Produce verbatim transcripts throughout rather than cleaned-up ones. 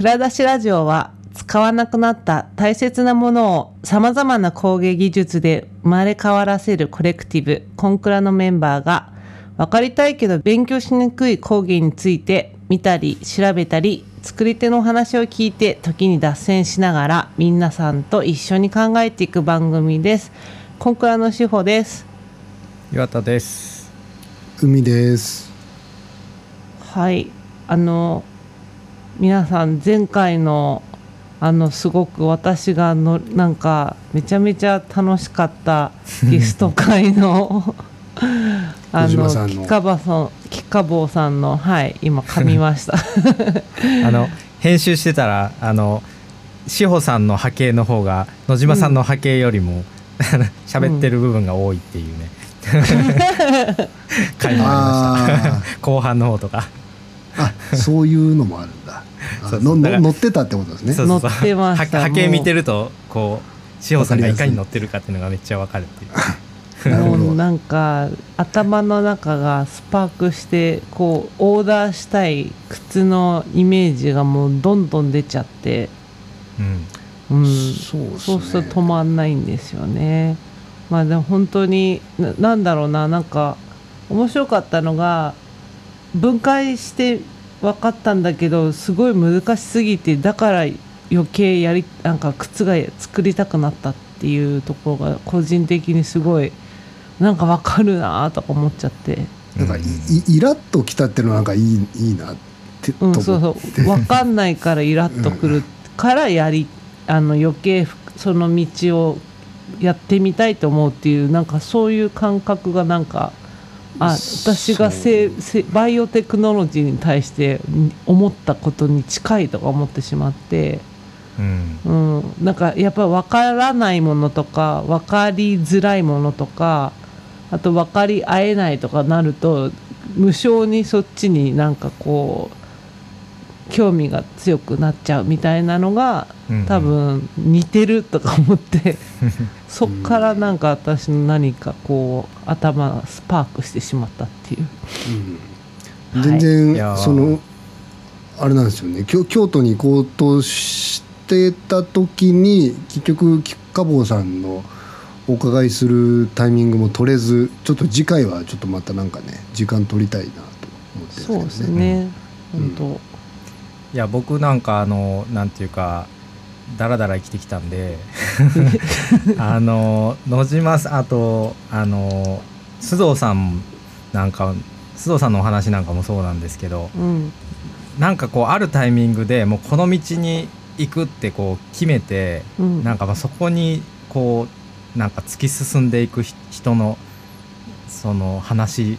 蔵出しラジオは使わなくなった大切なものをさまざまな工芸技術で生まれ変わらせるコレクティブコンクラのメンバーが分かりたいけど勉強しにくい工芸について見たり調べたり作り手のお話を聞いて時に脱線しながら皆さんと一緒に考えていく番組です。コンクラの志保です。 岩田です。 海です。 はい、あの皆さん前回のあのすごく私がのなんかめちゃめちゃ楽しかったゲスト会のあのキカバさんキカボーさんのはい今噛みましたあの編集してたらあの志保さんの波形の方が野島さんの波形よりも喋、うん、ってる部分が多いっていうね、うん、回もありました後半の方とかあそういうのもあるんだそうそうの乗ってたってことですね。 そうそうそう乗ってました。 波形見てるとこう志保さんがいかに乗ってるかっていうのがめっちゃわかるっていうもうなんか頭の中がスパークしてこうオーダーしたい靴のイメージがもうどんどん出ちゃって、 うんうん、そうですね、 そうすると止まんないんですよね。まあでも本当に な, なんだろうななんか面白かったのが分解して分かったんだけどすごい難しすぎてだから余計やりなんか靴が作りたくなったっていうところが個人的にすごいなんか分かるなとか思っちゃってなんか イ, イラッときたっていうのはなんかい い, いいなって、 うん、そうそう分かんないからイラッとくるからやりあの余計その道をやってみたいと思うっていうなんかそういう感覚がなんかあ私がせせバイオテクノロジーに対して思ったことに近いとか思ってしまって、うんうん、なんかやっぱり分からないものとか分かりづらいものとかあと分かり合えないとかなると無性にそっちになんかこう興味が強くなっちゃうみたいなのが多分似てるとか思ってそっからなんか私の何かこう頭がスパークしてしまったっていう、 うん、全然、はい、そのあれなんですよね京都に行こうとしてた時に結局キカボーさんのお伺いするタイミングも取れずちょっと次回はちょっとまたなんかね時間取りたいなと思ってるんですけどね。 そうですね、うん、本当いや僕なんかあのなんていうかだらだら生きてきたんであの野島さんあとあの須藤さんなんか須藤さんのお話なんかもそうなんですけど、うん、なんかこうあるタイミングでもうこの道に行くってこう決めて、うん、なんかまあそこにこうなんか突き進んでいく人のその話って、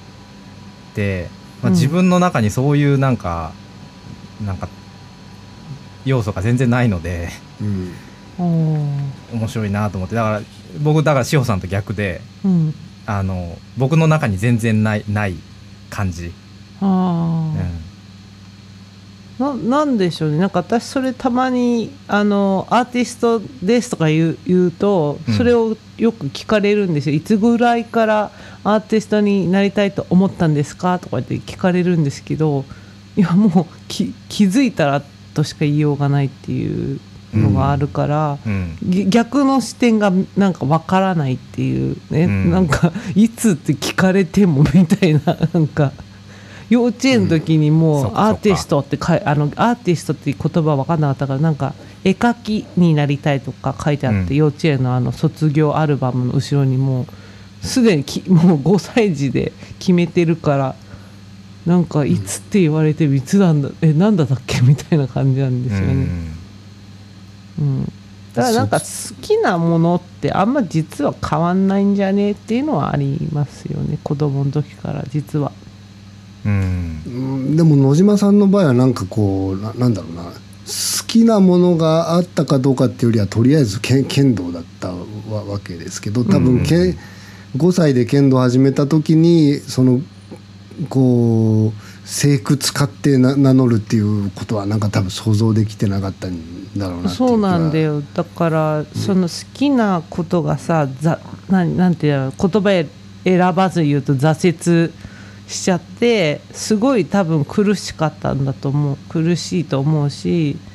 まあ、自分の中にそういうなんか、うん、なんか要素が全然ないので、うん、面白いなと思ってだから僕だから志保さんと逆で、うん、あの僕の中に全然ない、ない感じ。 あ、うん、な, なんでしょうねなんか私それたまにあのアーティストですとか言 う, 言うとそれをよく聞かれるんですよ、うん、いつぐらいからアーティストになりたいと思ったんですかとかって聞かれるんですけどいやもう 気, 気づいたらとしか言いようがないっていうのがあるから、うんうん、逆の視点がなんかわからないっていうね、うん、なんかいつって聞かれてもみたいななんか幼稚園の時にもうアーティストってかいあのアーティストっていう言葉わかんなかったからなんか絵描きになりたいとか書いてあって、うん、幼稚園のあの卒業アルバムの後ろにもうすでにきもうごさい児で決めてるからなんかいつって言われていつなんだえなんだだっけみたいな感じなんですよね、うんうん、だからなんか好きなものってあんま実は変わんないんじゃねっていうのはありますよね子供の時から実は、 うん、でも野島さんの場合はなんかこう な, なんだろうな好きなものがあったかどうかっていうよりはとりあえず剣道だったわけですけど多分、うん、ごさいで剣道始めた時にそのこう生句使ってな名乗るっていうことはなんか多分想像できてなかったんだろうなっていう。 そうなんだよだから、うん、その好きなことがさざ な, なんていう言葉選ばず言うと挫折しちゃってすごい多分苦しかったんだと思う苦しいと思うし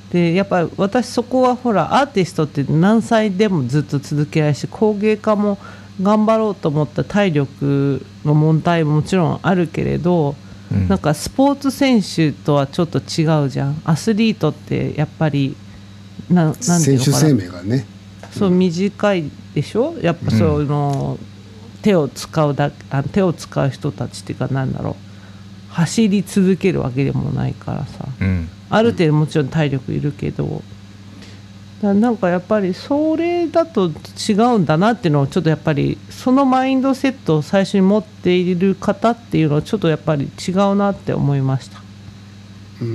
でやっぱり私そこはほらアーティストって何歳でもずっと続けられるし、工芸家も頑張ろうと思った体力の問題ももちろんあるけれど、うん、なんかスポーツ選手とはちょっと違うじゃん。アスリートってやっぱりななんていうのかな、 選手生命がね、 そう短いでしょ。やっぱその、うん、手を使うだあ手を使う人たちっていうかなんだろう、走り続けるわけでもないからさ、うん、ある程度もちろん体力いるけど、だなんかやっぱりそれだと違うんだなっていうのをちょっとやっぱりそのマインドセットを最初に持っている方っていうのはちょっとやっぱり違うなって思いました。 うん、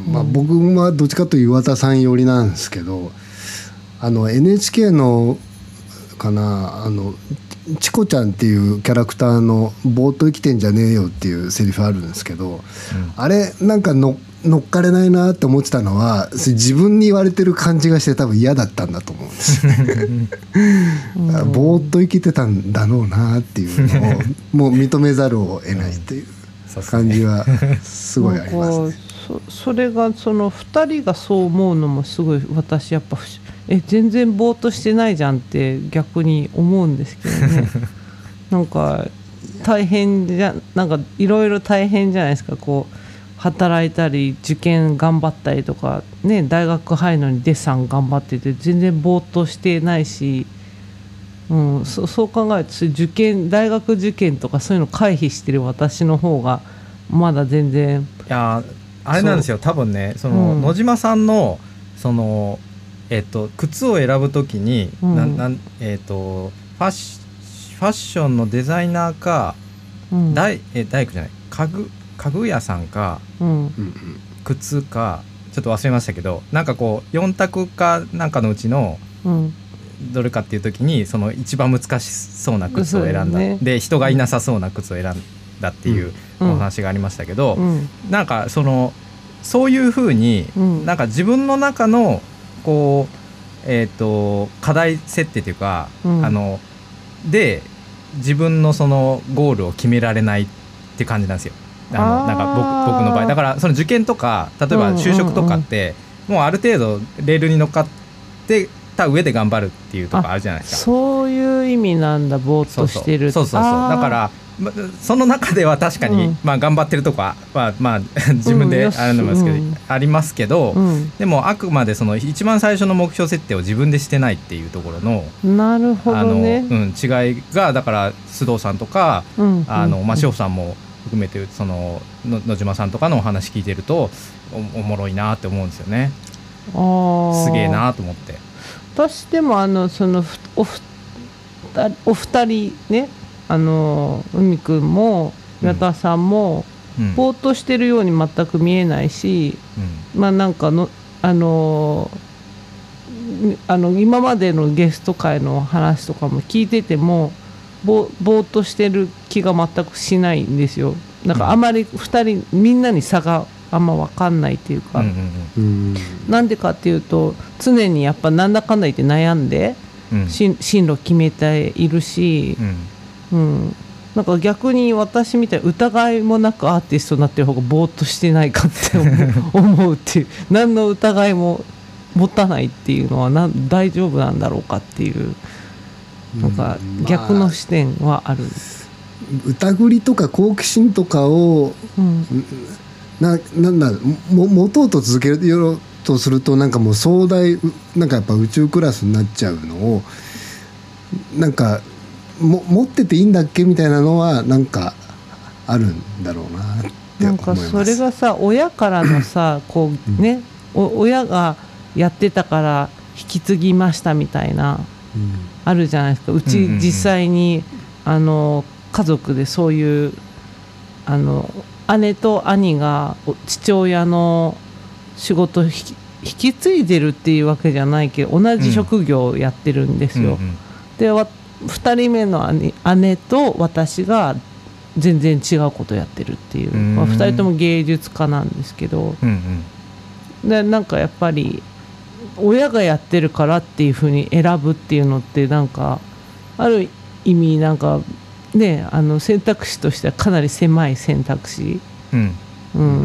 まあ、僕はどっちかというと岩田さん寄りなんですけど、あの エヌエイチケー のかな、あのチコちゃんっていうキャラクターのぼーっと生きてんじゃねえよっていうセリフあるんですけど、うん、あれなんかの乗っかれないなって思ってたのは自分に言われてる感じがして多分嫌だったんだと思うんですよねぼーっと生きてたんだろうなっていうのをもう認めざるを得ないっていう感じはすごいありますね。 そ, それがそのふたりがそう思うのもすごい私やっぱえ全然ぼーっとしてないじゃんって逆に思うんですけどねなんか大変じゃなんかいろいろ大変じゃないですか。こう働いたり受験頑張ったりとかね、大学入るのにデッサン頑張ってて全然ぼーっとしてないし、うん、そ, そう考えると受験大学受験とかそういうの回避してる私の方がまだ全然。 いやあれなんですよ、多分ねその、うん、野島さんのその、えー、と靴を選ぶときに、うんななえー、とファッシファッションのデザイナーか、うん、大, え大工じゃない家具家具屋さんか、うん、靴かちょっと忘れましたけど、なんかこうよん択かなんかのうちのどれかっていう時にその一番難しそうな靴を選んだ、ね、で人がいなさそうな靴を選んだっていうお話がありましたけど、うんうん、なんかそのそういう風に、うん、なんか自分の中のこう、えーと、課題設定というか、うん、あので自分のそのゴールを決められないっていう感じなんですよ。あのなんか 僕, 僕の場合だからその受験とか例えば就職とかって、うんうんうん、もうある程度レールに乗っかってた上で頑張るっていうとこあるじゃないですか。 そういう意味なんだ、ぼーっとしてる。 そうそうそうそう、だからその中では確かに、うんまあ、頑張ってるとこは、まあまあ、自分であるのもですけど、うん、ありますけど、うん、でもあくまでその一番最初の目標設定を自分でしてないっていうところの、 なるほどね、 あの、うん、違いがだから須藤さんとか、うんあのまあ、志保さんも含めてその野島さんとかのお話聞いてると お, おもろいなって思うんですよね。あすげえなと思って。 私でもあのそのおふお二人ね、あの海くんも岩田さんも、うん、ぼーっとしてるように全く見えないし、うん、まあなんかのあのあの今までのゲスト会の話とかも聞いててもぼ, ぼーっとしてる気が全くしないんですよ。なんかあまりふたりみんなに差があんま分かんないっていうか、うんうんうん、なんでかっていうと常にやっぱなんだかんだ言って悩んで、うん、進路決めているし、うんうん、なんか逆に私みたいに疑いもなくアーティストになってる方がぼーっとしてないかって思うっていう何の疑いも持たないっていうのはな大丈夫なんだろうかっていうなんか逆の視点はあるんです、 まあ、疑りとか好奇心とかを、うん、ななんだも持とうと続けようとするとなんかもう壮大なんかやっぱ宇宙クラスになっちゃうのをなんかも持ってていいんだっけみたいなのはなんかあるんだろうなって思います。 なんかそれがさ親からのさこうね、うん、お親がやってたから引き継ぎましたみたいな、うん、あるじゃないですか。うち実際にあの家族でそういうあの姉と兄が父親の仕事を引き、引き継いでるっていうわけじゃないけど同じ職業をやってるんですよ、うんうんうん、でふたりめの 姉, 姉と私が全然違うことをやってるっていう、うんまあ、ふたりとも芸術家なんですけど、うんうん、でなんかやっぱり親がやってるからっていう風に選ぶっていうのってなんかある意味なんかねあの選択肢としてはかなり狭い選択肢、うんうん、考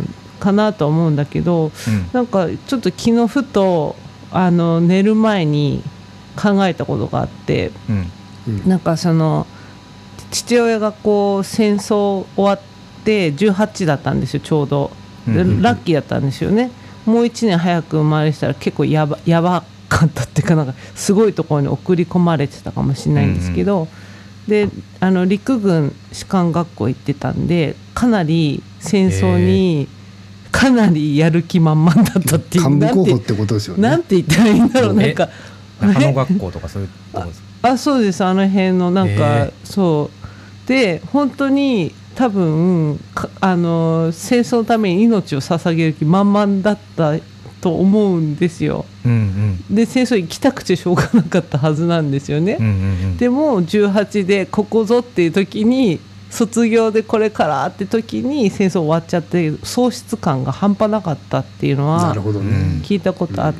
かなと思うんだけど、 うんなんかちょっと昨日ふとあの寝る前に考えたことがあって、 うんなんかその父親がこう戦争終わってじゅうはちだったんですよちょうど。でうんうんラッキーだったんですよね。もういちねん早く生まれてたら結構やば、やばかったっていうか、なんかすごいところに送り込まれてたかもしれないんですけど、うんうん、であの陸軍士官学校行ってたんでかなり戦争にかなりやる気満々だったっていう、 幹部候補ってことですよね。 なんて言ったらいいんだろう、なんか中野学校とかそういうとこですか。 あ、そうです、あの辺のなんか、そうで本当に多分あの戦争のために命を捧げる気満々だったと思うんですよ、うんうん、で戦争行きたくてしょうがなかったはずなんですよね、うんうんうん、でもじゅうはちでここぞっていう時に卒業でこれからって時に戦争終わっちゃって喪失感が半端なかったっていうのは聞いたことあって、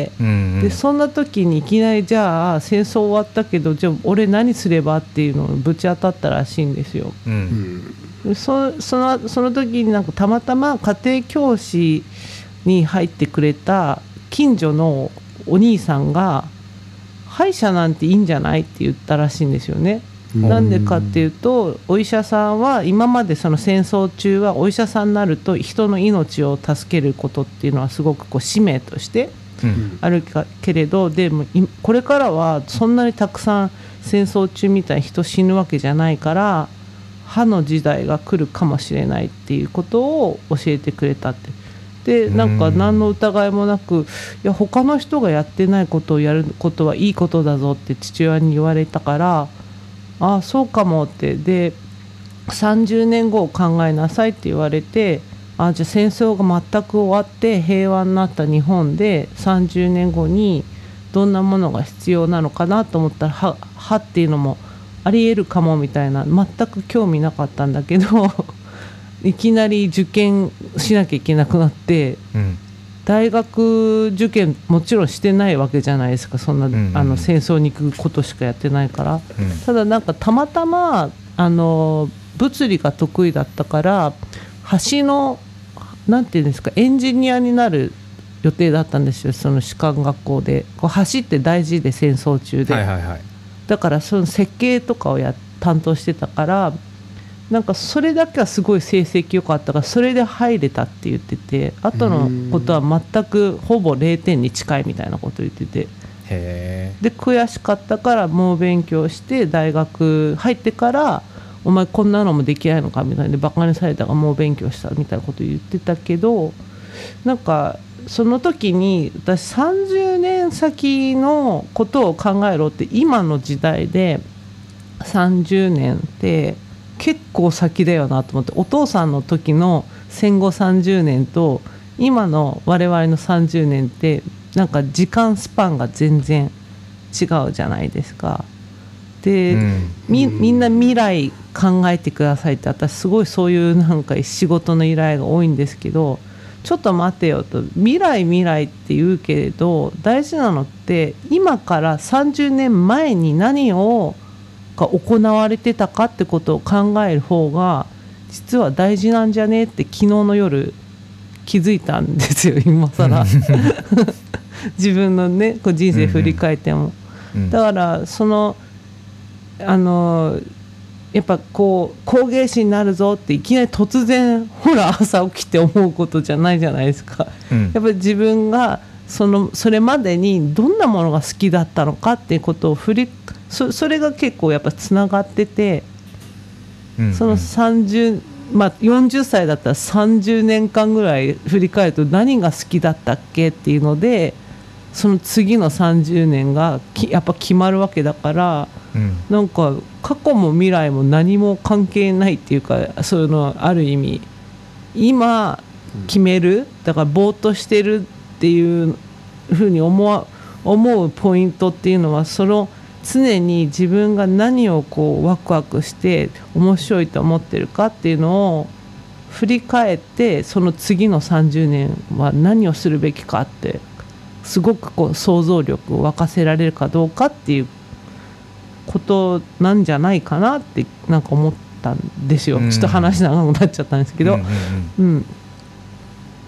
うんうん、でそんな時にいきなりじゃあ戦争終わったけどじゃあ俺何すればっていうのをぶち当たったらしいんですよ、うんそ, そ, のその時になんかたまたま家庭教師に入ってくれた近所のお兄さんが歯医者なんていいんじゃないって言ったらしいんですよね。なんでかっていうとお医者さんは今までその戦争中はお医者さんになると人の命を助けることっていうのはすごくこう使命としてあるけれど、うん、でもこれからはそんなにたくさん戦争中みたいに人死ぬわけじゃないから歯の時代が来るかもしれないっていうことを教えてくれたって。でなんか何の疑いもなく、いや他の人がやってないことをやることはいいことだぞって父親に言われたから、ああそうかもって。でさんじゅうねんごを考えなさいって言われて、あじゃあ戦争が全く終わって平和になった日本でさんじゅうねんごにどんなものが必要なのかなと思ったら 歯, 歯っていうのもありえるかもみたいな、全く興味なかったんだけどいきなり受験しなきゃいけなくなって、うん、大学受験もちろんしてないわけじゃないですか、そんな、うんうん、あの戦争に行くことしかやってないから、うん、ただなんかたまたまあの物理が得意だったから橋のなんていうんですかエンジニアになる予定だったんですよ、その士官学校で。こう橋って大事で戦争中で、はいはいはい、だからその設計とかをや担当してたから、なんかそれだけはすごい成績良かったからそれで入れたって言ってて、あとのことは全くほぼれいてんに近いみたいなこと言ってて、へで悔しかったから猛勉強して大学入ってからお前こんなのもできないのかみたいなバカにされたから猛勉強したみたいなこと言ってたけど、なんかその時に私さんじゅうねん先のことを考えろって、今の時代でさんじゅうねんって結構先だよなと思って、お父さんの時の戦後さんじゅうねんと今の我々のさんじゅうねんってなんか時間スパンが全然違うじゃないですか。で、うん、み, みんな未来考えてくださいって、私すごいそういうなんか仕事の依頼が多いんですけど、ちょっと待てよと、未来未来って言うけれど大事なのって今からさんじゅうねんまえに何をが行われてたかってことを考える方が実は大事なんじゃねって昨日の夜気づいたんですよ、今更自分のねこう人生振り返っても、うんうん、だからそのあのやっぱこう工芸士になるぞっていきなり突然ほら朝起きて思うことじゃないじゃないですか、うん、やっぱり自分がそのそれまでにどんなものが好きだったのかっていうことを振り そ, それが結構やっぱつながってて、うんうん、そのさんじゅう、まあ、よんじゅっさいだったらさんじゅうねんかんぐらい振り返ると何が好きだったっけっていうのでその次のさんじゅうねんがきやっぱ決まるわけだから、うん、なんか過去も未来も何も関係ないっていうか、そういうのある意味今決める、だからぼーっとしてるっていうふうに思う、思うポイントっていうのはその常に自分が何をこうワクワクして面白いと思ってるかっていうのを振り返って、その次のさんじゅうねんは何をするべきかってすごくこう想像力を沸かせられるかどうかっていうことなんじゃないかなってなんか思ったんですよ、うん、ちょっと話長くなっちゃったんですけど、うんうんうんうん、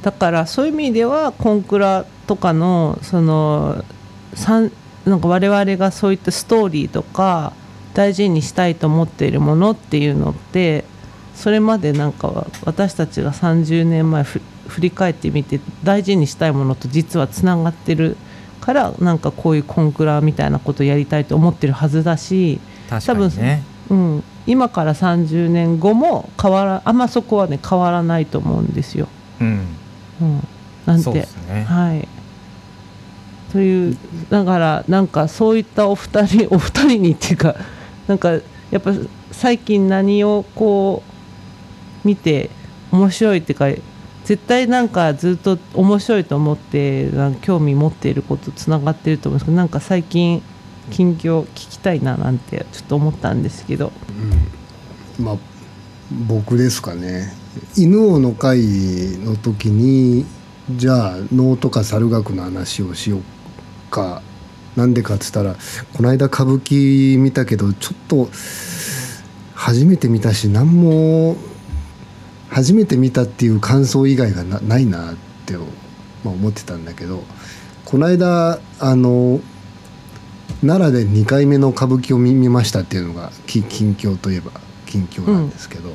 だからそういう意味ではコンクラとかのそのさんなんか我々がそういったストーリーとか大事にしたいと思っているものっていうのってそれまでなんか私たちがさんじゅうねんまえふ振り返ってみて大事にしたいものと実はつながってるからなんかこういうコンクラみたいなことをやりたいと思ってるはずだし、 確かにね、 多分、うん、今からさんじゅうねんごも変わらあんまそこはね変わらないと思うんですよ。 うんうん、なんてそうですね、 はいというだからなんかそういったお二人お二人にっていうかなんかやっぱ最近何をこう見て面白いっていうか絶対なんかずっと面白いと思ってなんか興味持っていることつながってると思うんですけどなんか最近近況聞きたいななんてちょっと思ったんですけど、 うん、まあ僕ですかね。犬王の会の時にじゃあ能とか猿楽の話をしようかなんでかっつったらこの間歌舞伎見たけどちょっと初めて見たし何も初めて見たっていう感想以外が な, ないなって、まあ、思ってたんだけどこの間あの奈良でにかいめの歌舞伎を 見, 見ましたっていうのが近況といえば近況なんですけど、うん、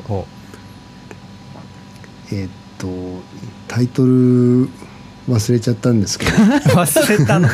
えー、っとタイトル忘れちゃったんですけど忘れたの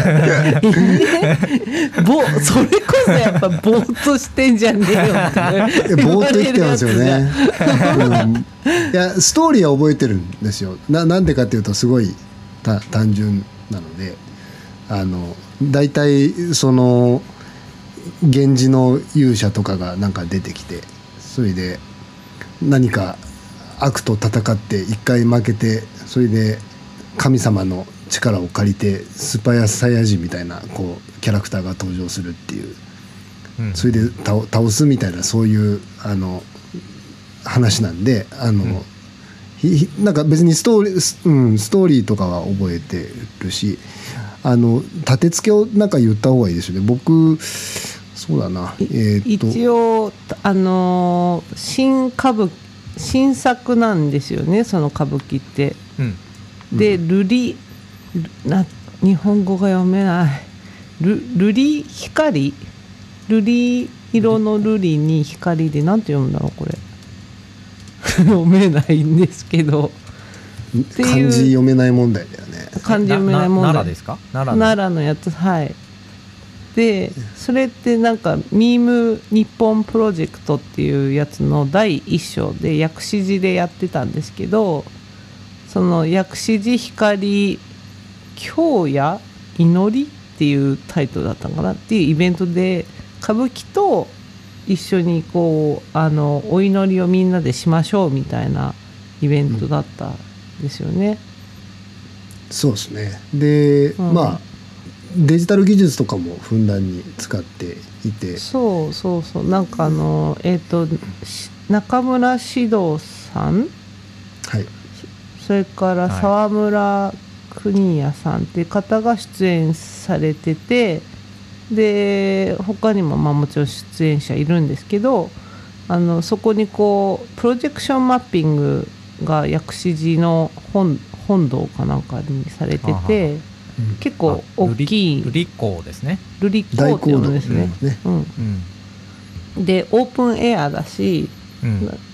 ぼそれこそやっぱぼーっとしてんじゃねえよってぼーっと生きてますよね、うん、いやストーリーは覚えてるんですよ。 な, なんでかっていうとすごい単純なのであのだいたいその源氏の勇者とかがなんか出てきてそれで何か悪と戦って一回負けてそれで神様の力を借りてスパイアサイヤ人みたいなこうキャラクターが登場するっていう、うん、それで倒、倒すみたいなそういうあの話なんであの、うん、ひなんか別にストーリー、うん、ストーリーとかは覚えてるしあの立て付けをなんか言った方がいいですよね。僕そうだな、えー、と一応あの新歌舞新作なんですよねその歌舞伎って、うんで瑠璃な日本語が読めないル瑠璃光瑠璃色の瑠璃に光でなんて読むんだろうこれ読めないんですけど漢字読めない問題だよね。 漢字読めない問題。 奈良ですか？奈良の、 奈良のやつはいでそれってなんかミーム日本プロジェクトっていうやつのだいいっ章で薬師寺でやってたんですけどその薬師寺光京夜祈りっていうタイトルだったのかなっていうイベントで歌舞伎と一緒にこうあのお祈りをみんなでしましょうみたいなイベントだったんですよね、 うん、そうですねで、うん、まあデジタル技術とかもふんだんに使っていてそうそうそうなんかあのえっと中村獅童さんはいそれから沢村邦也さんっていう方が出演されててで他にもまあもちろん出演者いるんですけどあのそこにこうプロジェクションマッピングが薬師寺の 本, 本堂かなんかにされててはは、うん、結構大きい瑠璃光ですね瑠璃光っていうのですね、うんうん、でオープンエアだしうん、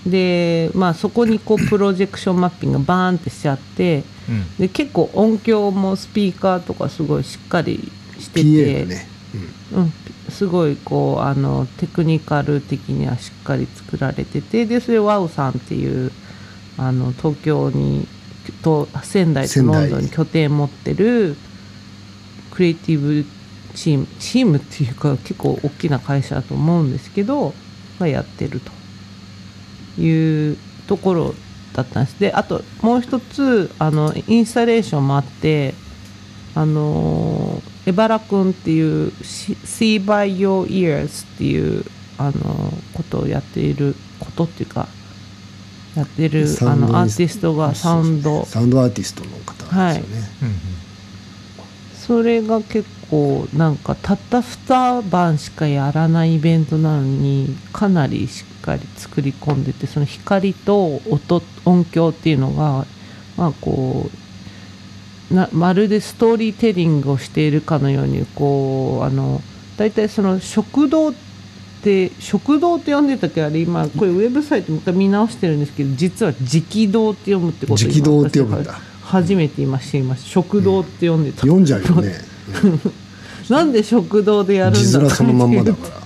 でまあ、そこにこうプロジェクションマッピングがバーンってしちゃって、うん、で結構音響もスピーカーとかすごいしっかりしてて、ピーエルねうんうん、すごいこうあのテクニカル的にはしっかり作られててでそれワウさんっていうあの東京にと仙台とロンドンに拠点持ってるクリエイティブチームチームっていうか結構大きな会社だと思うんですけどがやってるというところだったんです。であともう一つあのインスタレーションもあってあのエバラ君っていう See by Your Ears っていうあのことをやっていることっていうかやってるあのアーティストがサウンドサウンドアーティストの方ですよね、はい、 それが結構なんかたったにばんしかやらないイベントなのにかなりしっかり作り込んでてその光と音音響っていうのがまあこうなまるでストーリーテリングをしているかのようにこうあのだいたいその食堂って食堂って呼んでたっけあれ今これウェブサイトもう一回見直してるんですけど実は直堂って読むってことを直堂って読むんだ。 初めて今知りました。食堂って読んでた、 うん、読んじゃうよね、うん、 なんで食堂でやるんだ字面そのまんまだから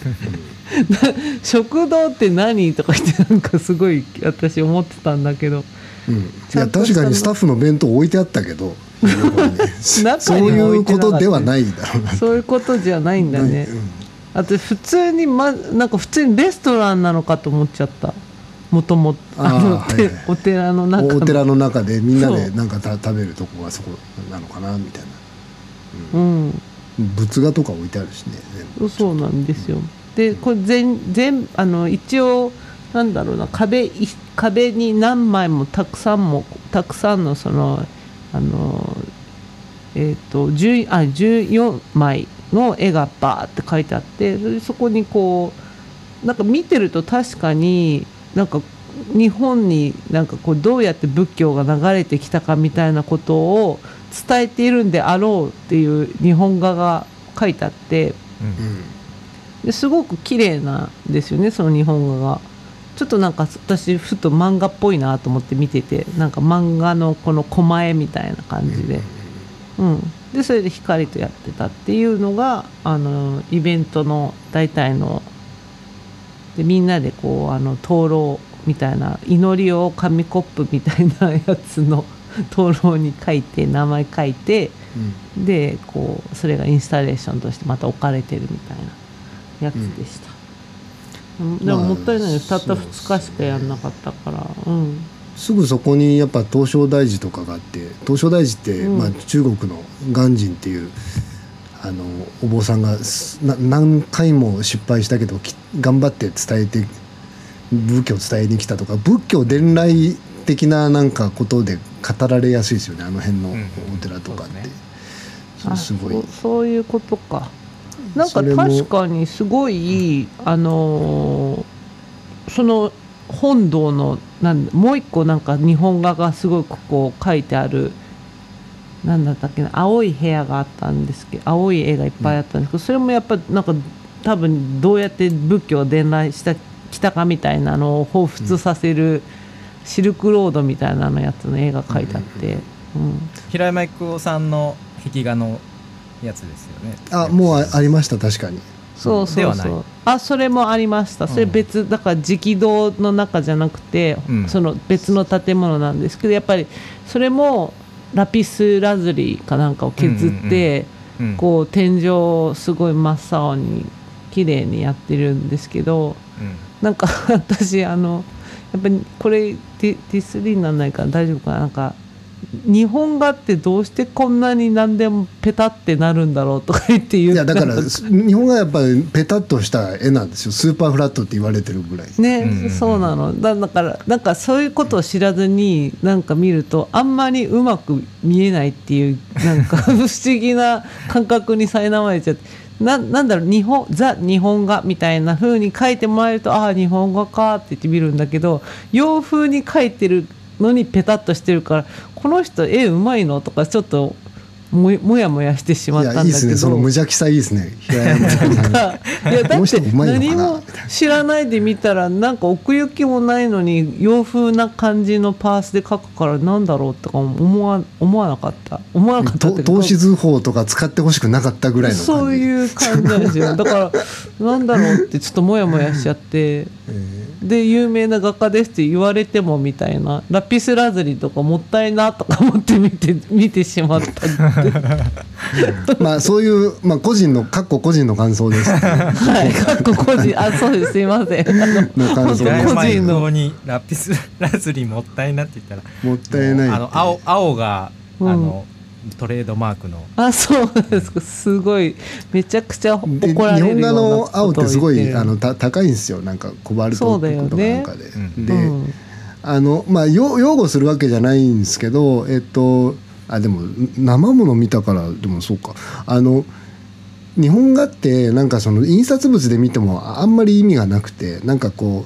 食堂って何とか言ってなんかすごい私思ってたんだけど、 うん、いや確かにスタッフの弁当置いてあったけど、ね、そういうことではないだろうな。 そういうことじゃないんだね、うん、あと普通に、ま、なんか普通にレストランなのかと思っちゃった。もともとあの、はいはい、お寺の中のお寺の中でみんなでなんかた食べるとこがそこなのかなみたいな、うんうん、仏画とか置いてあるしね。 そうなんですよ。でこれ全全あの一応なんだろうな 壁, 壁に何枚もたくさんもたくさんのそのあのえっ、ー、とじゅうあじゅうよんまいの絵がバーって書いてあって、それそこにこうなんか見てると確かになんか日本になんかこうどうやって仏教が流れてきたかみたいなことを伝えているんであろうっていう日本画が書いてあって、うん、ですごく綺麗なんですよねその日本画が。ちょっとなんか私ふと漫画っぽいなと思って見てて、なんか漫画のこの狛絵みたいな感じで、うん、でそれで光とやってたっていうのがあのイベントの大体ので、みんなでこうあの灯籠みたいな祈りを紙コップみたいなやつの灯籠に書いて名前書いて、うん、でこうそれがインスタレーションとしてまた置かれてるみたいなやつでした、うん、でももったいないです、たったふつかしかやんなかったから、うん、 すぐそこにやっぱ東照大寺とかがあって、東照大寺って、うんまあ、中国の鑑真っていうあのお坊さんがな何回も失敗したけど頑張って伝えて仏教を伝えに来たとか、仏教伝来的ななんかことで語られやすいですよね、あの辺のお寺とかって、うんそうですね、すごい そ, そういうことか。なんか確かにすごいあのー、その本堂のなんもう一個なんか日本画がすごくこう書いてあるなんだったっけな、青い部屋があったんですけど、青い絵がいっぱいあったんですけど、それもやっぱなんか多分どうやって仏教を伝来したきたかみたいなのを彷彿させるシルクロードみたいなのやつの絵が描いてあって、うんうん、 平山郁夫さんの壁画のやつですよね。 あ、もう あ, ありました確かに。 そうそうそう。あ、それもありました。それ別だから直堂の中じゃなくて、うん、その別の建物なんですけど、やっぱりそれもラピスラズリかなんかを削って、うんうんうん、こう天井をすごい真っ青に綺麗にやってるんですけど、うん、なんか私あのやっぱりこれディ、ディスリーにならないから大丈夫かな、なんか日本画ってどうしてこんなに何でもペタってなるんだろうとか言って言う。 いやだから日本画はやっぱりペタッとした絵なんですよ、スーパーフラットって言われてるぐらいね、うんうん、そうなの。だからなんかそういうことを知らずになんか見るとあんまりうまく見えないっていうなんか不思議な感覚に苛まれちゃって、な, なんだろう日本ザ日本画みたいな風に描いてもらえると、ああ日本画かって言って見るんだけど、洋風に描いてるのにペタッとしてるから、この人絵うまいのとかちょっと も, もやもやしてしまったんだけど。いやいいですね、 その無邪気さいいですね。平山さんいやだって何も知らないで見たらなんか奥行きもないのに洋風な感じのパースで描くからなんだろうとか思 わ, 思わなかった思わなかったって透視図法とか使ってほしくなかったぐらいの感じ。 そういう感じなんですよ。だからなんだろうってちょっともやもやしちゃって、えー、で有名な画家ですって言われてもみたいな、ラピスラズリとかもったいなとか思って見て見てしまったまあそういう、まあ、個人のかっこ個人の感想です、ね、 はいかっこ個人あそうですすいませんあのの感想個人のにラピスラズリもったいなって言ったらもったいないあの 青, 青が、うん、あのトレードマークの。 あそうですか、すごいめちゃくちゃ怒られるような日本画の青ってすごいあのた高いんですよ、なんかコバルトとかなんかで、ねうん、で、うん、あのまあ擁護するわけじゃないんですけど、えっとあでも生もの見たからでもそうか、あの日本画ってなんかその印刷物で見てもあんまり意味がなくて、なんかこう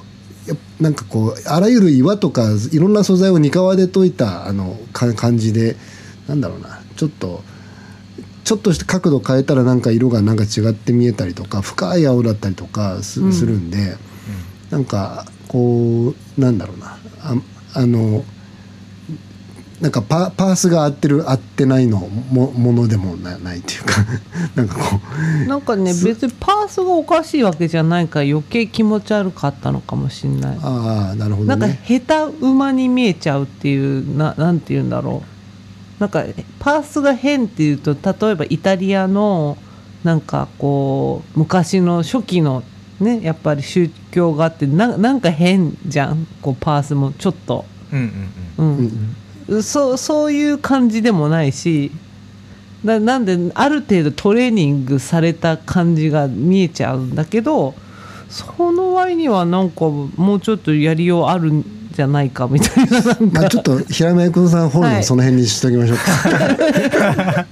なんかこうあらゆる岩とかいろんな素材をに革で解いたあのか感じで、なんだろうな、ちょっとちょっとした角度変えたらなんか色がなんか違って見えたりとか、深い青だったりとか す,、うん、するんで、うん、なんかこうなんだろうな、あ, あのなんか パ, パースが合ってる合ってないの も, ものでも な, ないっていうかなんかこうなんかね、別にパースがおかしいわけじゃないから余計気持ち悪かったのかもしれない。 ああ、なるほどね。 なんか下手馬に見えちゃうっていう、 な, なんていうんだろう、なんかパースが変っていうと、例えばイタリアのなんかこう昔の初期のね、やっぱり宗教があって な, なんか変じゃん、こうパースもちょっと、うんうんうん、うんそ, そういう感じでもないし、な, なんである程度トレーニングされた感じが見えちゃうんだけど、その割にはなんかもうちょっとやりようあるんじゃないかみたいな、なんか、 まあ、ちょっと平山役さん本のその辺にしときましょうか、はい、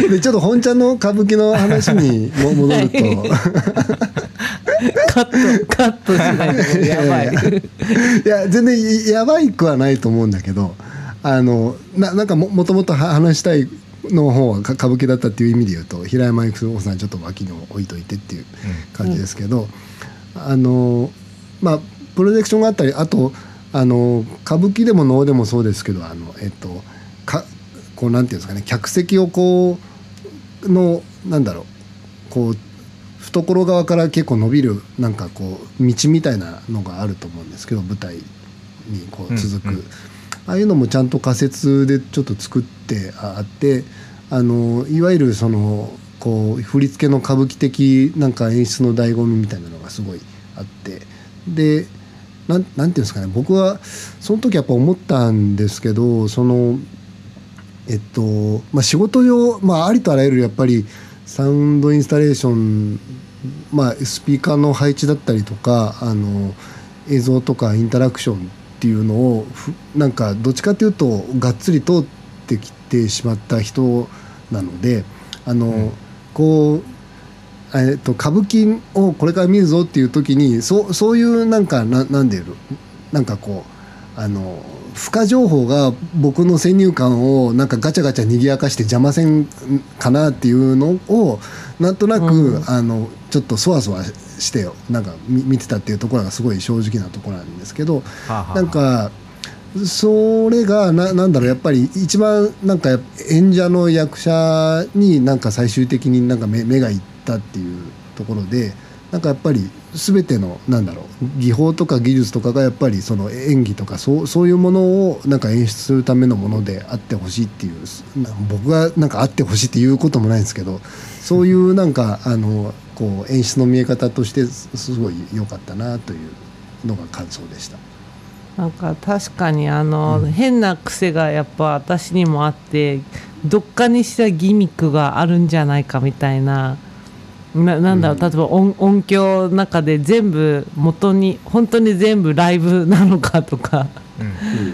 でちょっと本ちゃんの歌舞伎の話にも戻ると、はいカットカットしないとやばいいや全然やばいくはないと思うんだけど、あの な, なんか も, もともと話したいの方は歌舞伎だったっていう意味で言うと、平山育三さんちょっと脇に置いといてっていう感じですけど、うん、あのまあプロジェクションがあったり、あとあの歌舞伎でも能でもそうですけど、あのえっとかこうなんていうんですかね、客席をこうのなんだろうこう懐側から結構伸びるなんかこう道みたいなのがあると思うんですけど、舞台にこう続く、うんうん、ああいうのもちゃんと仮説でちょっと作ってあって、あのいわゆるそのこう振り付けの歌舞伎的なんか演出の醍醐味みたいなのがすごいあって、でなん、なんていうんですかね、僕はその時やっぱ思ったんですけど、そのえっとまあ仕事上、まあ、ありとあらゆるやっぱりサウンドインスタレーション、まあ、スピーカーの配置だったりとか、あの映像とかインタラクションっていうのをなんかどっちかというとがっつり通ってきてしまった人なので、あの、うん、こう、えっと、歌舞伎をこれから見るぞっていう時に そ, そういうなんか な, なんでなんかこうあの付加情報が僕の先入観をなんかガチャガチャ賑やかして邪魔せんかなっていうのをなんとなく、うん、あのちょっとそわそわしてよなんか見てたっていうところがすごい正直なところなんですけど、はあはあ、なんかそれが な, なんだろうやっぱり一番なんか演者の役者になんか最終的になんか 目, 目がいったっていうところで、なんかやっぱり全てのなんだろう技法とか技術とかがやっぱりその演技とかそう、そういうものをなんか演出するためのものであってほしいっていう、僕がなんかあってほしいっていうこともないんですけど、そういうなんかあのこう演出の見え方としてすごい良かったなというのが感想でした。 なんか確かにあの、うん、変な癖がやっぱ私にもあって、どっかにしたギミックがあるんじゃないかみたいな、な, なんだろう、例えば 音, 音響の中で全部元に本当に全部ライブなのかとか、うん、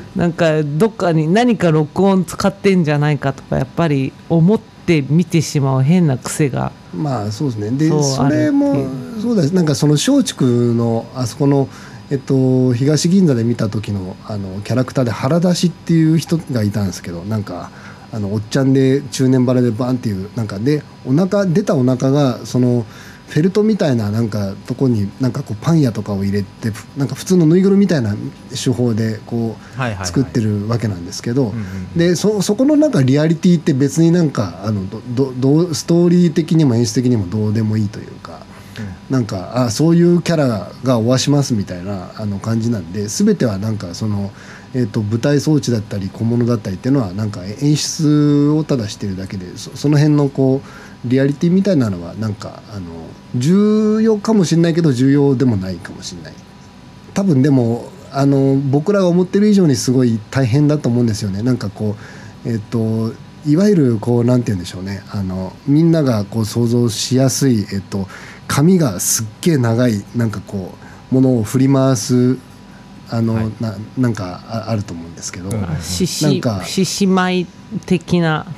なんかどっかに何か録音使ってんじゃないかとかやっぱり思って見てしまう変な癖が、 まあそうですね。で そ, それもそうです。なんかその松竹のあそこのえっと東銀座で見た時のあのキャラクターで腹出しっていう人がいたんですけど、なんかあのおっちゃんで中年バレでバンっていうなんかでお腹出たお腹がそのフェルトみたいななんかとこになんかこうパン屋とかを入れてなんか普通のぬいぐるみみたいな手法でこう作ってるわけなんですけど、で そ, そこのなんかリアリティって別になんかあのどどストーリー的にも演出的にもどうでもいいというか、なんかあそういうキャラがおわしますみたいなあの感じなんで、全てはなんかそのえー、と舞台装置だったり小物だったりっていうのはなんか演出をただしてるだけで、 そ, その辺のこうリアリティみたいなのはなんかあの重要かもしれないけど重要でもないかもしれない。多分でもあの僕らが思ってる以上にすごい大変だと思うんですよね。なんかこう、えー、といわゆるこうなんて言うんでしょうね、あのみんながこう想像しやすい、えー、と髪がすっげえ長いなんかこうものを振り回すあの、はい、な, なんか あ, あると思うんですけど、 獅子舞的な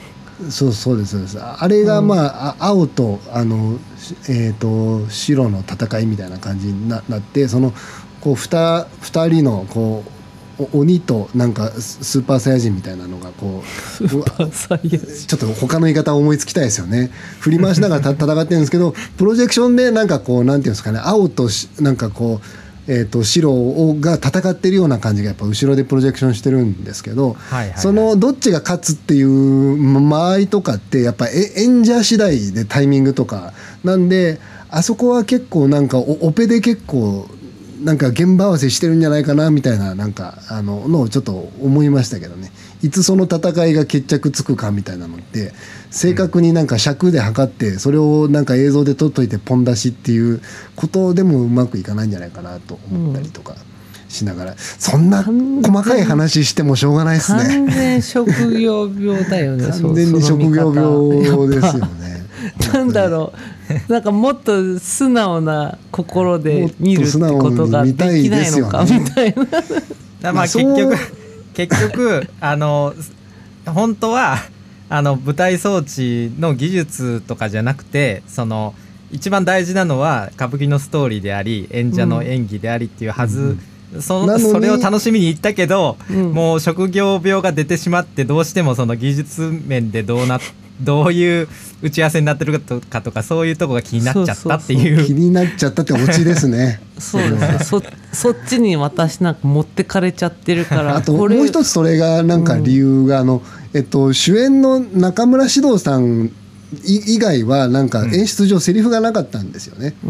そうそうですそうです。あれがまあ、うん、青とあの、えー、と白の戦いみたいな感じに な, なってそのこう 2, 2人のこう鬼となんかスーパーサイヤ人みたいなのがこうスーパーサイヤ人ちょっと他の言い方を思いつきたいですよね。振り回しながら戦ってるんですけどプロジェクションでなんかこうなんていうんですかね青となんかこうえー、と白が戦ってるような感じがやっぱ後ろでプロジェクションしてるんですけど、はいはいはい、そのどっちが勝つっていう間合いとかってやっぱ演者次第でタイミングとかなんであそこは結構なんか オ, オペで結構なんか現場合わせしてるんじゃないかなみたいななんかあののをちょっと思いましたけどね。いつその戦いが決着つくかみたいなのって正確になんか尺で測ってそれをなんか映像で撮っといてポン出しっていうことでもうまくいかないんじゃないかなと思ったりとかしながら、うん、そんな細かい話してもしょうがないですね。 完全職業病だよね。 完全に職業病ですよね。 なんだろうなんかもっと素直な心で見るってことができないのかみたいな。 まあ結局結局あの本当はあの舞台装置の技術とかじゃなくてその一番大事なのは歌舞伎のストーリーであり演者の演技でありっていうはず、うん、そ, それを楽しみに行ったけど、うん、もう職業病が出てしまってどうしてもその技術面でどうなどういう打ち合わせになってるかとかそういうとこが気になっちゃったっていう、 そうそうそう気になっちゃったってオチですね。 そうですそ, そっちに私なんか持ってかれちゃってるからあともう一つそれがなんか理由が、うん、あの、えっと、主演の中村獅童さん以外はなんか演出上セリフがなかったんですよね、うん、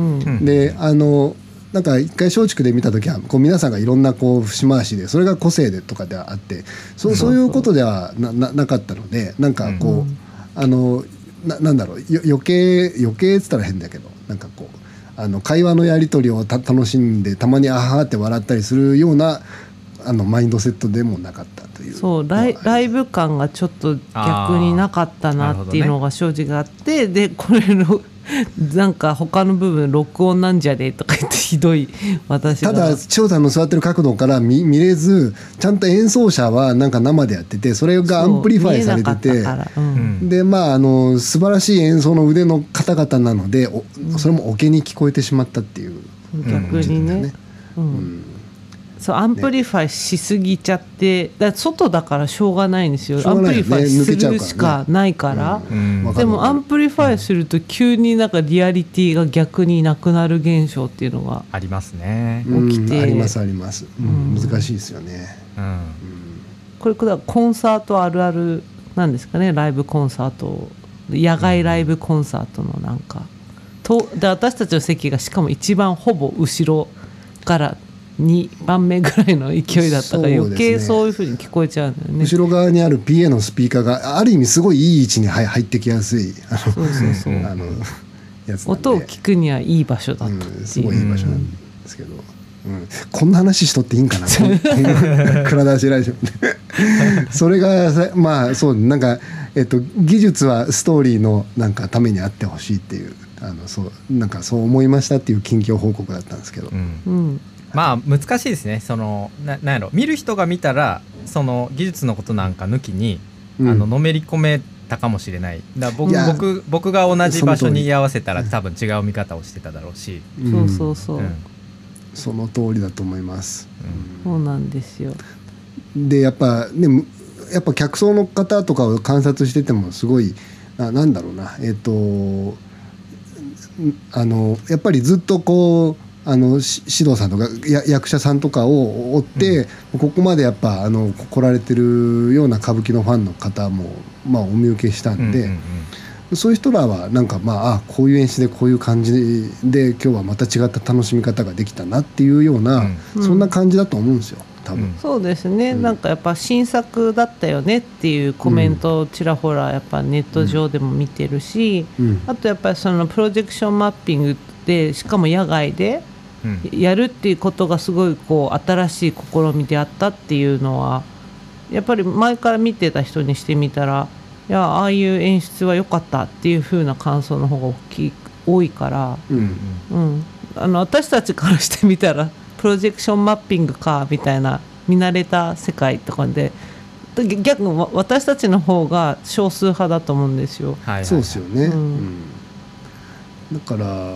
であのなんか一回松竹で見た時はこう皆さんがいろんなこう節回しでそれが個性でとかではあってそ う, そういうことでは な, な, なかったのでなんかこう、うん、あの な, なんだろう余計余計っつったら変だけどなんかこうあの会話のやり取りをた楽しんでたまにあはーって笑ったりするようなあのマインドセットでもなかったという。 そうラ イ, ライブ感がちょっと逆になかったなっていうのが正直あって、ね、でこれのなんか他の部分録音なんじゃねえとか言ってひどい私がただ翔さんの座ってる角度から 見, 見れずちゃんと演奏者はなんか生でやっててそれがアンプリファイされてて、うん、でまああの素晴らしい演奏の腕の方々なのでおそれもオケに聞こえてしまったっていう、 うん、逆にね、うんうんそうアンプリファイしすぎちゃって、ね、だ外だからしょうがないんですよ、アンプリファイするしかないから、うんうん、でもアンプリファイすると急になんかリアリティが逆になくなる現象っていうのがありますね起きて、うん、ありますあります、うん、難しいですよね、うんうん、 これコンサートあるあるなんですかね。ライブコンサート野外ライブコンサートのなんかとで私たちの席がしかも一番ほぼ後ろからにばんめぐらいの勢いだったから余計そういう風に聞こえちゃうんだよね。 後ろ側にある ピーエー のスピーカーがある意味すごいいい位置に入ってきやすいあのそうそうそうあのやつなんで音を聞くにはいい場所だったっていう、 うん、すごいいい場所なんですけど、うん、こんな話しとっていいんかな蔵出しラジオでそれがまあそうなんか、えっと、技術はストーリーのなんかためにあってほしいっていうあのそうなんかそう思いましたっていう近況報告だったんですけど、うんうんまあ難しいですね。その な, なんやろ見る人が見たらその技術のことなんか抜きに、うん、あののめり込めたかもしれない。だから 僕, 僕, 僕が同じ場所に居合わせたら多分違う見方をしてただろうし、 うん、そうそうそう、うん、 その通りだと思います、 うん、そうなんですよ。 でやっぱねやっぱ客層の方とかを観察しててもすごいあなんだろうなえっ、ー、とあのやっぱりずっとこうあの獅童さんとか役者さんとかを追って、うん、ここまでやっぱあの来られてるような歌舞伎のファンの方も、まあ、お見受けしたんで、うんうんうん、そういう人らはなんか、まあ、あこういう演出でこういう感じで今日はまた違った楽しみ方ができたなっていうような、うん、そんな感じだと思うんですよ多分、うん、 そうですね、うん、なんかやっぱ新作だったよねっていうコメントをちらほらやっぱネット上でも見てるし、うん、あとやっぱりそのプロジェクションマッピングでしかも野外でやるっていうことがすごいこう新しい試みであったっていうのはやっぱり前から見てた人にしてみたらいやああいう演出は良かったっていう風な感想の方が大きい多いから、うんうん、あの私たちからしてみたらプロジェクションマッピングかみたいな見慣れた世界とかで逆に私たちの方が少数派だと思うんですよ。 はいはいはい、 そうですよね、 うんうん、だから、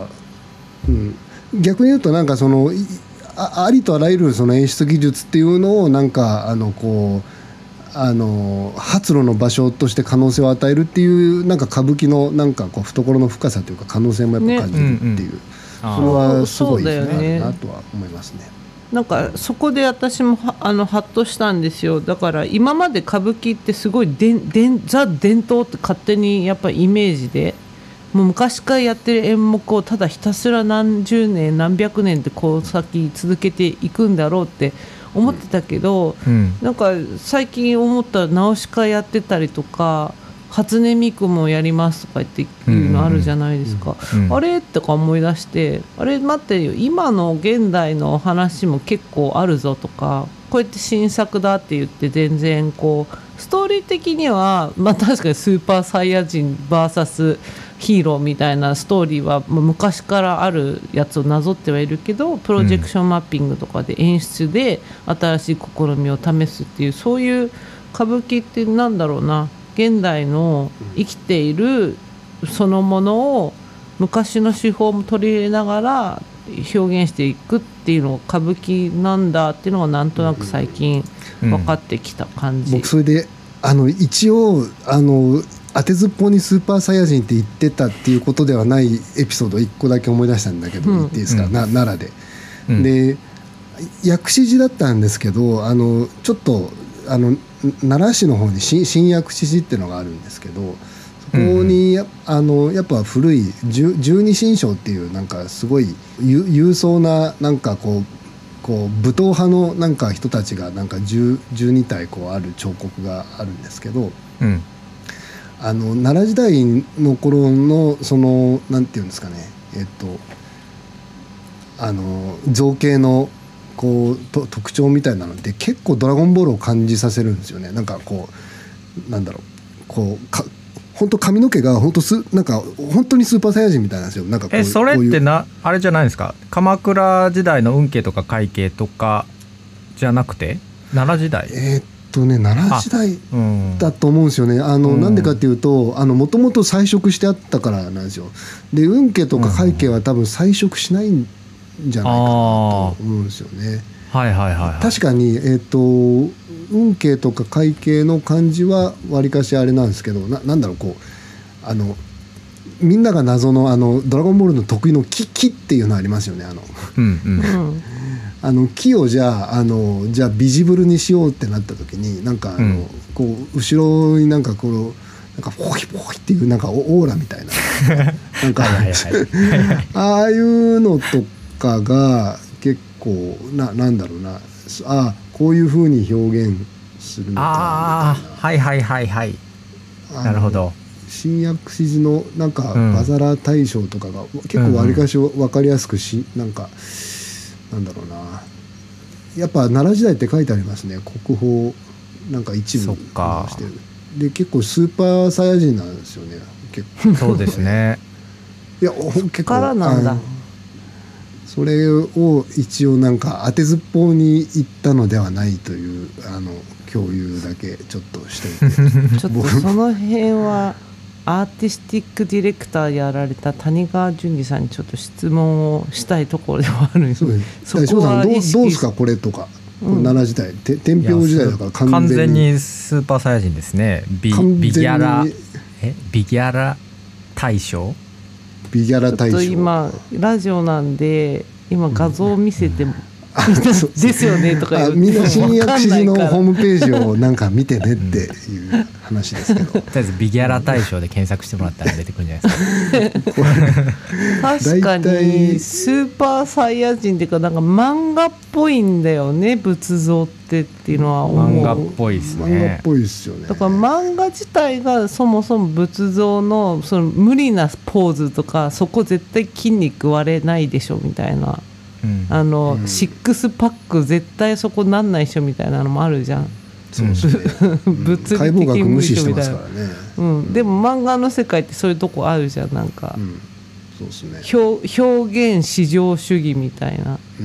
うん、逆に言うとなんかその あ, ありとあらゆるその演出技術っていうのをなんかあのこうあの発露の場所として可能性を与えるっていうなんか歌舞伎のなんかこう懐の深さというか可能性もやっぱ感じるっていう、ねうんうん、それはすごいですねなとは思いますね。 なんかそこで私もあのハッとしたんですよ。だから今まで歌舞伎ってすごいでんでんザ伝統って勝手にやっぱイメージでもう昔からやってる演目をただひたすら何十年何百年ってこう先続けていくんだろうって思ってたけど、うん、なんか最近思ったらナウシカやってたりとか初音ミクもやりますとか言っていうのあるじゃないですか、うんうんうん、あれとか思い出してあれ待ってよ今の現代の話も結構あるぞとかこうやって新作だって言って全然こうストーリー的にはまあ確かにスーパーサイヤ人 ブイエス ヒーローみたいなストーリーは昔からあるやつをなぞってはいるけどプロジェクションマッピングとかで演出で新しい試みを試すっていうそういう歌舞伎ってなんだろうな現代の生きているそのものを昔の手法も取り入れながら表現していくっていうのが歌舞伎なんだっていうのがなんとなく最近分かってきた感じ、 うんうん、僕それであの一応あの当てずっぽうにスーパーサイヤ人って言ってたっていうことではないエピソードをいっこだけ思い出したんだけど、うん、言っていいですか、うん、な奈良で、うん、で薬師寺だったんですけどあのちょっとあの奈良市の方に 新, 新薬師寺っていうのがあるんですけどそこに、うん、あのやっぱ古い十二神将っていうなんかすごい勇壮ななんかこうこう武闘派のなんか人たちがなんかじゅうに体こうある彫刻があるんですけど、うん、あの奈良時代の頃のそのなんていうんですかねえっとあの造形のこうと特徴みたいなので結構ドラゴンボールを感じさせるんですよね。なんかこうなんだろうこうか本当髪の毛が本当すなんか本当にスーパーサイヤ人みたいなんですよ。なんかこうえそれってなあれじゃないですか鎌倉時代の運慶とか快慶とかじゃなくて奈良時代えー、っとね奈良時代だと思うんですよね。あの、うん、なんでかっていうともともと彩色してあったからなんですよ。で運慶とか快慶は多分彩色しないんじゃないかなと思うんですよね。 はいはいはいはい、 確かに、えー、と運慶とか快慶の漢字はわりかしあれなんですけど な, なんだろうこうあのみんなが謎のあのドラゴンボールの得意の木木っていうのありますよね。あの、うんうん、あの木をじゃああのじゃあビジブルにしようってなった時になんかあの、うん、こう後ろになんかこのなんかポヒポヒっていうなんかオーラみたいななんかああいうのとかが結構ななんだろうなあこういう風に表現するのかあはいはいはいはいなるほど新薬師寺のなんかバザラ大将とかが結構わりかし分かりやすくし、うんうん、なんかなんだろうなやっぱ奈良時代って書いてありますね国宝なんか一部してるで結構スーパーサイヤ人なんですよね結構そうですねいや結構からなんだそれを一応なんか当てずっぽうに言ったのではないというあの共有だけちょっとしておいてちょっとその辺はアーティスティックディレクターやられた谷川淳二さんにちょっと質問をしたいところではあるんですけどそこはどうですかこれとか、うん、奈良時代て天平時代だから完全に完全にスーパーサイヤ人ですね ビ, ビギャラえビギャラ大賞ビギャラ大賞ちょっと今ラジオなんで今画像を見せても、うん、ですよねとか言うみんな新薬師寺のホームページをなんか見てねっていう話ですけど、 とりあえずビギャラ大賞で検索してもらったら出てくるんじゃないですか確かにスーパーサイヤ人っていうかなんか漫画っぽいんだよね仏像ってっていうのは思う漫画っぽいですね漫画っぽいですよね。 だから漫画自体がそもそも仏像 の, その無理なポーズとかそこ絶対筋肉割れないでしょみたいな、うん、あの、うん、シックスパック絶対そこなんないでしょみたいなのもあるじゃん。 そうですね物理的解剖学無視してますからね、 うん、でも漫画の世界ってそういうとこあるじゃんなんか、うん、 そうですね。 表、表現至上主義みたいな、 うん、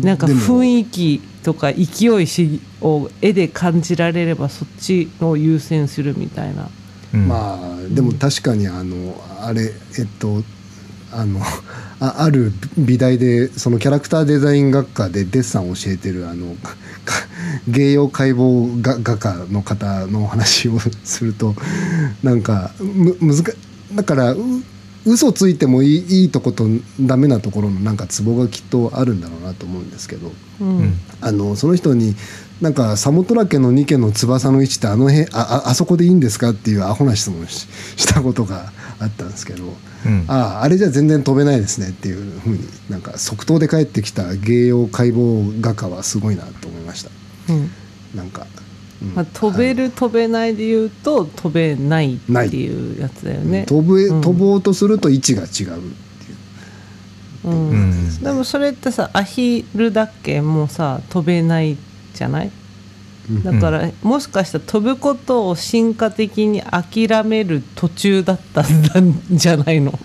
なんかでも雰囲気とか勢いしを絵で感じられればそっちを優先するみたいな、 うん、 まあでも確かにあのあれえっとあの あ, ある美大でそのキャラクターデザイン学科でデッサンを教えてるあの芸用解剖画画家の方の話をするとなんかむ難だから嘘ついてもいい、いいとことダメなところのなんかツボがきっとあるんだろうなと思うんですけど、 うん、 あのその人になんかサモトラ家のニケの翼の位置ってあの辺 あ, あ, あそこでいいんですかっていうアホな質問を し, したことがあったんですけど、うん、あああれじゃ全然飛べないですねっていうふうになんか即答で帰ってきた芸用解剖画家はすごいなと思いました。うん、なんか、うんまあ、飛べる飛べないで言うと飛べないっていうやつだよね。 飛べ、うん、飛ぼうとすると位置が違うっていう、 うんうん、でもそれってさアヒルだっけもうさ飛べないじゃない。だから、うん、もしかしたら飛ぶことを進化的に諦める途中だったんじゃないの。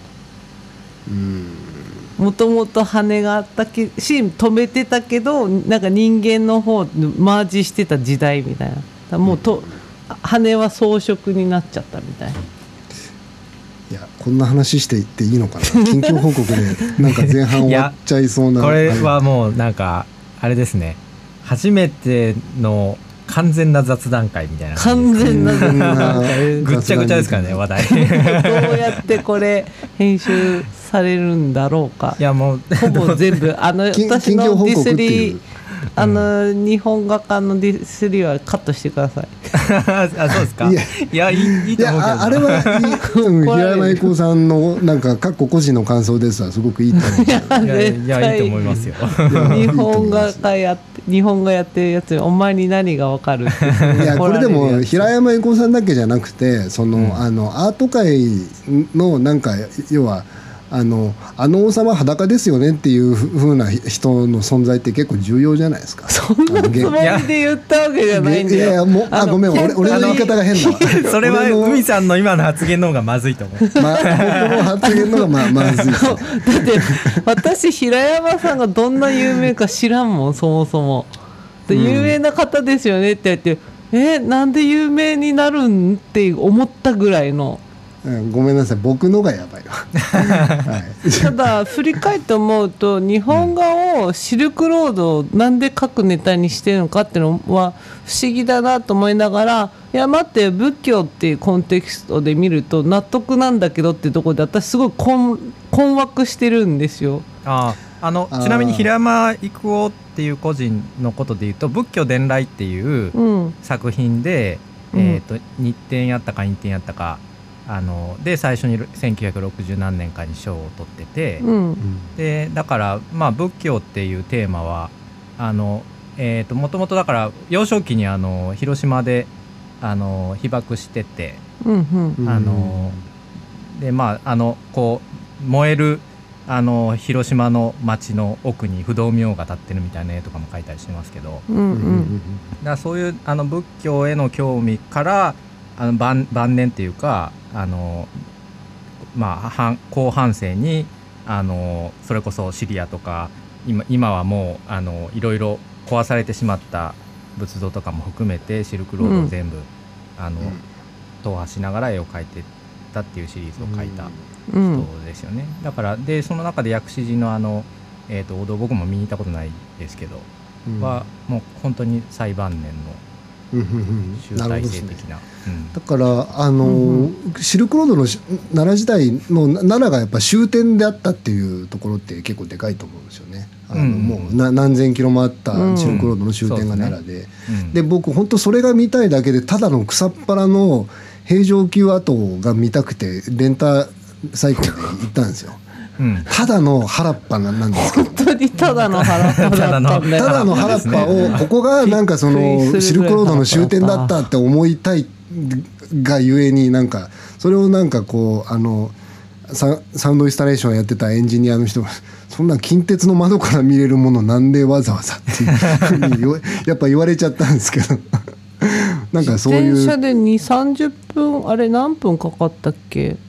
もともと羽があったし止めてたけどなんか人間の方マージしてた時代みたいな。もうと、うん、羽は装飾になっちゃったみたいな。 いやこんな話していっていいのかな。近況報告でなんか前半終わっちゃいそうな。 これはもうなんかあれですね、初めての完全な雑談会みたいな完全な雑談会ぐっちゃぐちゃですからね話題どうやってこれ編集されるんだろうか。 いやもうほぼ全部あの私のディスリあの、うん、日本画家のディスリはカットしてくださいあそうですか。いやいやいい、いいと思うけど。 あ, あれはいい、うん、平山郁夫さんのなんかかっこ個人の感想ですわすごくいいと思ういやいやいいと思いますよ日本画家やって日本画やってるやつお前に何がわかるっていやこれでも平山郁夫さんだけじゃなくてその、うん、あのアート界のなんか要はあのあの王様裸ですよねっていう風な人の存在って結構重要じゃないですか。 そんなつもりで言ったわけじゃないんだよ。 いやいやもうあごめん 俺, 俺の言い方が変だわそれは海さんの今の発言の方がまずいと思う、ま、僕の発言の方が ま, まずい、ね、だって私平山さんがどんな有名か知らんもんそもそも。で有名な方ですよねって言って、うん、えなんで有名になるんって思ったぐらいの。 うん、ごめんなさい僕のがやばいわ、はい、 ただ振り返って思うと日本画をシルクロードをなんで各ネタにしてるのかっていうのは不思議だなと思いながら、いや待って仏教っていうコンテキストで見ると納得なんだけどってところで私すごい困惑してるんですよ。 ああのちなみに平山郁夫っていう個人のことでいうと仏教伝来っていう作品で、うんえー、と日展やったか陰展やったかあので最初にせんきゅうひゃくろくじゅう何年かに賞を取ってて、うん、でだからまあ仏教っていうテーマはあの、えー、ともともとだから幼少期にあの広島であの被爆してて、うんうん、あのでまああのこう燃えるあの広島の町の奥に不動明王が立ってるみたいな絵とかも描いたりしてますけど、うんうん、だからそういうあの仏教への興味からあの 晩, 晩年っていうかあの、まあ、後半生にあのそれこそシリアとか 今, 今はもうあのいろいろ壊されてしまった仏像とかも含めてシルクロードを全部、うん、あの踏破しながら絵を描いてったっていうシリーズを描いた人ですよね、うん、だからでその中で薬師寺のあの、えー、とお堂僕も見に行ったことないですけど、うん、はもう本当に最晩年の集大成的な、うん、 だからあの、うんうん、シルクロードの奈良時代の奈良がやっぱ終点であったっていうところって結構でかいと思うんですよね。あの、うん、もうな何千キロもあったシルクロードの終点が奈良 で,、うん で, ねうん、で僕本当それが見たいだけでただの草っ腹の平城宮跡が見たくてレンタサイクルで行ったんですようん、ただの原っぱなんですけど本当にただの原っぱだったんだよただの原っぱをここがなんかそのシルクロードの終点だったって思いたいがゆえになんかそれをなんかこうあのサ, サウンドインスタレーションやってたエンジニアの人がそんな近鉄の窓から見れるものなんでわざわざっていうふうにやっぱ言われちゃったんですけどなんかそういう自転車でにじゅうさんじゅっぷんあれ何分かかったっけ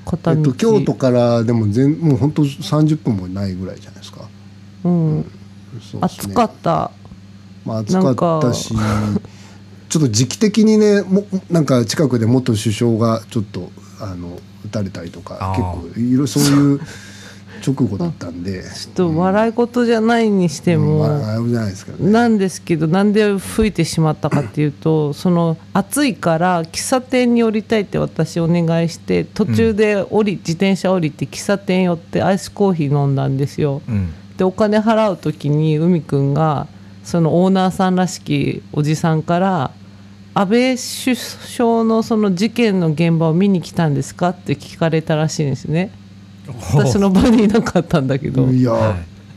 片道、 えっと、京都からでも全もう本当さんじゅっぷんもないぐらいじゃないですか。 うん、 そうですね、 暑かった。 まあ、暑かったしちょっと時期的にねもなんか近くで元首相がちょっとあの撃たれたりとか結構いろいろそういう直後だったんでちょっと笑い事じゃないにしても、 うん、笑いじゃないですけどね。 なんですけどなんで吹いてしまったかっていうとその暑いから喫茶店に降りたいって私お願いして途中で降り、うん、自転車降りて喫茶店寄ってアイスコーヒー飲んだんですよ、うん、でお金払う時に海くんがそのオーナーさんらしきおじさんから安倍首相のその事件の現場を見に来たんですかって聞かれたらしいんですね。私の場にいなかったんだけど、 いや、はい、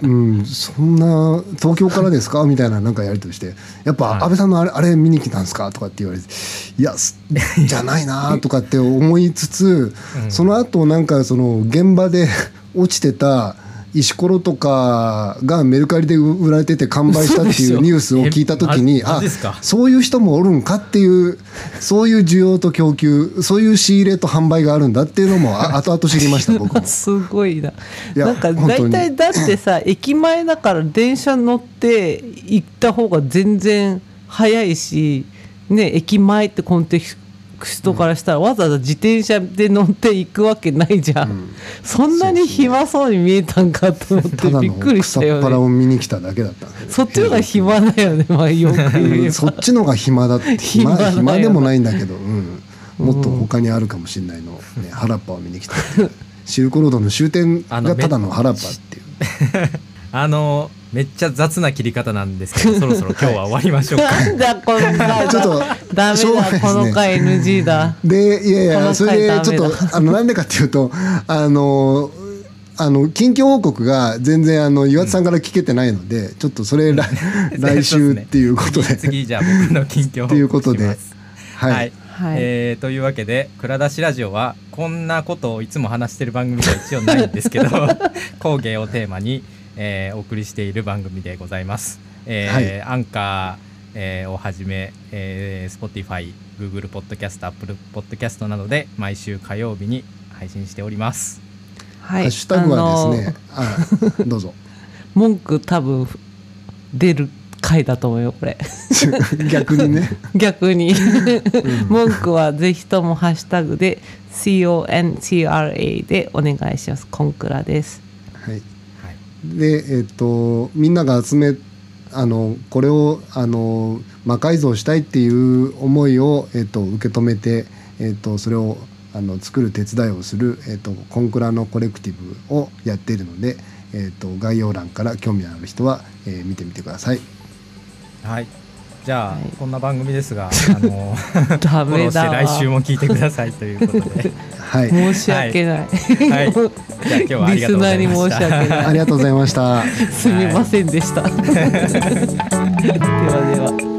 うん、そんな東京からですかみたいななんかやりとりしてやっぱ安倍さんのあれ、はい、あれ見に来たんですかとかって言われていやじゃないなとかって思いつつ、うん、その後なんかその現場で落ちてた石ころとかがメルカリで売られてて完売したっていうニュースを聞いた時にあそういう人もおるんかっていうそういう需要と供給そういう仕入れと販売があるんだっていうのも後々知りました僕もすごいな。なんか大体だってさ駅前だから電車乗って行った方が全然早いしね駅前ってコンテク人からしたらわざわざ自転車で乗っていくわけないじゃん、うん、そんなに暇そうに見えたんかと思ってびっくりしたよね。 ただの草っぱらを見に来ただけだった、ね、 そっちの方が暇だよね、まあ、よく言えばそっちの方が暇だって暇、暇でもないんだけど、うん、もっと他にあるかもしれないの、ね、原っぱを見に来たシルクロードの終点がただの原っぱっていうあのめっちゃ雑な切り方なんですけどそろそろ今日は終わりましょうかなんだこの回ちょっとダメだ、ね、この回 エヌジー だでいやいやそれでちょっとあのなんでかっていうとあのあの近況報告が全然あの岩田さんから聞けてないので、うん、ちょっとそれ来, 来週っていうことで次じゃあ僕の近況報告しますということではい、はいはいえー、というわけで蔵出しラジオはこんなことをいつも話してる番組では一応ないんですけど工芸をテーマにえー、お送りしている番組でございます、えーはい、アンカー、えー、をはじめ、えー、Spotify、Google ポッドキャスト、Apple ポッドキャストなどで毎週火曜日に配信しております、 はい、ハッシュタグはですね、あのー、あどうぞ文句多分出る回だと思うよこれ逆にね逆に、うん、文句はぜひともハッシュタグで シーオーエヌティーアールエー でお願いします。コンクラです。 はいでえー、とみんなが集めあのこれをあの魔改造したいっていう思いを、えー、と受け止めて、えー、とそれをあの作る手伝いをする、えー、とコンクラのコレクティブをやっているので、えー、と概要欄から興味のある人は、えー、見てみてください。 はいじゃあ、はい、こんな番組ですがあのダメだわフォローして来週も聞いてくださいということで、 はい、 申し訳ない、 はいはい、じゃあ今日はありがとうございました。リスナーに申し訳ないありがとうございましたすみませんでした、はい、ではでは。